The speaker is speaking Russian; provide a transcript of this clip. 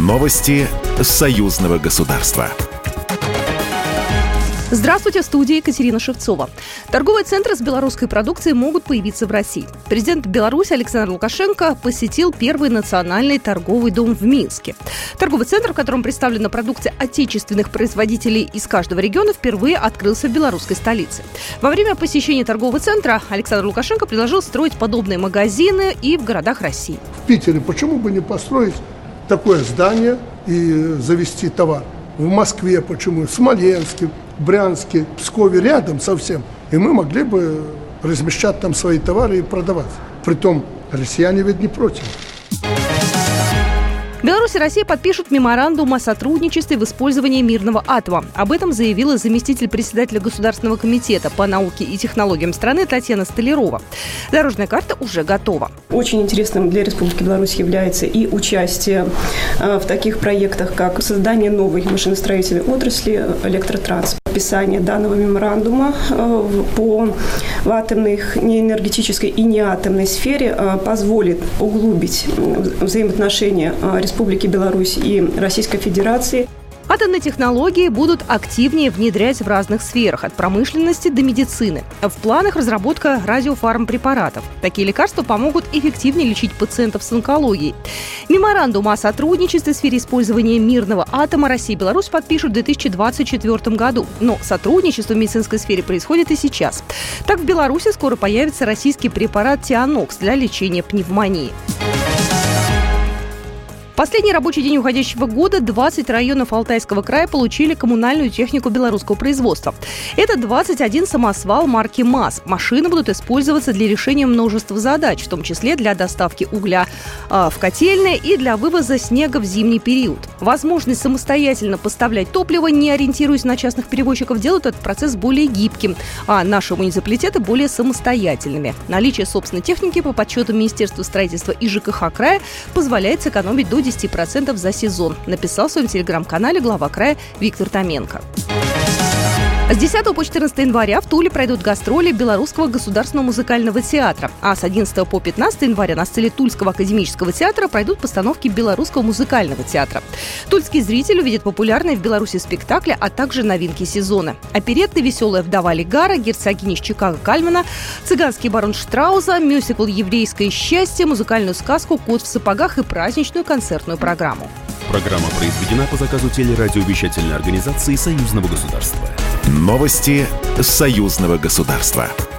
Новости союзного государства. Здравствуйте, в студии Екатерина Шевцова. Торговые центры с белорусской продукцией могут появиться в России. Президент Беларуси Александр Лукашенко посетил первый национальный торговый дом в Минске. Торговый центр, в котором представлена продукция отечественных производителей из каждого региона, впервые открылся в белорусской столице. Во время посещения торгового центра Александр Лукашенко предложил строить подобные магазины и в городах России. В Питере почему бы не построить такое здание и завести товар? В Москве почему? В Смоленске, Брянске, Пскове рядом совсем. И мы могли бы размещать там свои товары и продавать. Притом россияне ведь не против. Беларусь и Россия подпишут меморандум о сотрудничестве в использовании мирного атома. Об этом заявила заместитель председателя Государственного комитета по науке и технологиям страны Татьяна Столярова. Дорожная карта уже готова. Очень интересным для Республики Беларусь является и участие в таких проектах, как создание новой машиностроительной отрасли электротранс. Подписание данного меморандума в атомной, неэнергетической и неатомной сфере позволит углубить взаимоотношения Республики Беларусь и Российской Федерации. Атомные технологии будут активнее внедрять в разных сферах, от промышленности до медицины. В планах разработка радиофармпрепаратов. Такие лекарства помогут эффективнее лечить пациентов с онкологией. Меморандум о сотрудничестве в сфере использования мирного атома Россия и Беларусь подпишут в 2024 году. Но сотрудничество в медицинской сфере происходит и сейчас. Так, в Беларуси скоро появится российский препарат Тианокс для лечения пневмонии. Последний рабочий день уходящего года 20 районов Алтайского края получили коммунальную технику белорусского производства. Это 21 самосвал марки МАЗ. Машины будут использоваться для решения множества задач, в том числе для доставки угля в котельные и для вывоза снега в зимний период. Возможность самостоятельно поставлять топливо, не ориентируясь на частных перевозчиков, делает этот процесс более гибким, а наши муниципалитеты более самостоятельными. Наличие собственной техники по подсчетам Министерства строительства и ЖКХ края позволяет сэкономить до 10% за сезон, написал в своем телеграм-канале глава края Виктор Томенко. С 10 по 14 января в Туле пройдут гастроли Белорусского государственного музыкального театра, а с 11 по 15 января на сцене Тульского академического театра пройдут постановки Белорусского музыкального театра. Тульский зритель увидит популярные в Беларуси спектакли, а также новинки сезона. Оперетты «Веселая вдова Лигара», «Герцогиня из Чикаго» Кальмана, «Цыганский барон Штрауза», мюзикл «Еврейское счастье», музыкальную сказку «Кот в сапогах» и праздничную концертную программу. Программа произведена по заказу телерадиовещательной организации Союзного государства. Новости союзного государства.